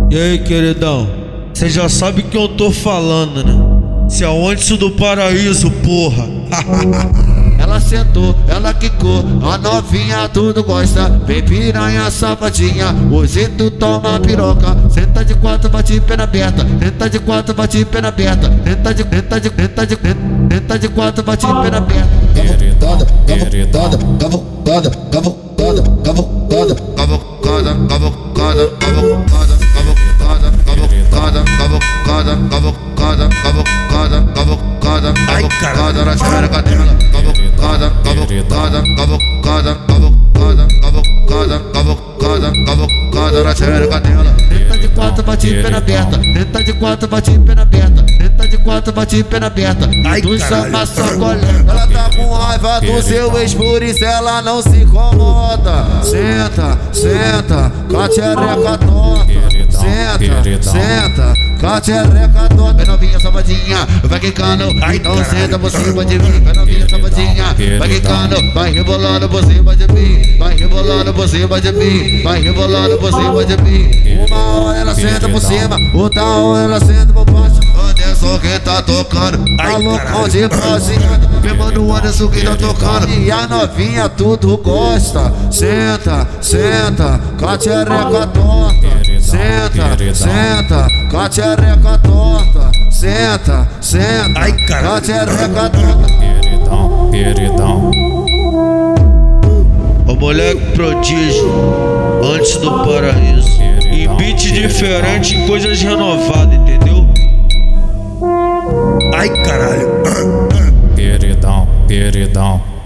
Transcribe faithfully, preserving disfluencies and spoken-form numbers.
E aí, queridão, cê já sabe que eu tô falando, né? Se aonde isso do paraíso, porra. Ela sentou, ela quicou, a novinha tudo gosta. Vem piranha safadinha, hoje tu toma piroca. Senta de quatro, bate pena aberta. Senta de quatro, bate pena aberta. Senta de, senta de, senta de, senta de quatro, bate pena aberta. Cavucada, cavucada, cavucada, cavucada, cavucada, cavucada, cavucada, cavucada, cavucada, cavucada, cavucada, cavucada, cavucada, cavucada, cavucada na xereca dela. Cavucada, cavucada, cavucada, cavucada, cavucada, cavucada, cavucada na xereca dela. Senta de quatro, bate pena aberta. Senta de quatro, bate pena aberta. Senta de quatro, bate pena aberta. Tu chama sacolé. Ela tá com raiva do seu ex, por isso ela não se incomoda. Senta, senta, com a xereca torta. Senta, senta, com a xereca torta. Vai novinha safadinha, vai quicando, então senta por cima de mim. Vai novinha safadinha, vai quicando, vai rebolando por cima de mim. Vai rebolando por cima de mim, vai rebolando por cima de mim. Uma hora ela senta por cima, outra hora ela senta por baixo. Anderson que tá tocando, tá loucão de pauzinha. Meu mano Anderson que tá tocando. E a novinha tudo gosta. Senta, senta, com a xereca torta. Senta, senta, com a xereca torta. Senta, senta, com a xereca torta. Queridão, queridão. O moleque prodígio, antes do paraíso. Em beat diferente, em coisas renovadas, entendeu? Ai, caralho. Queridão, queridão.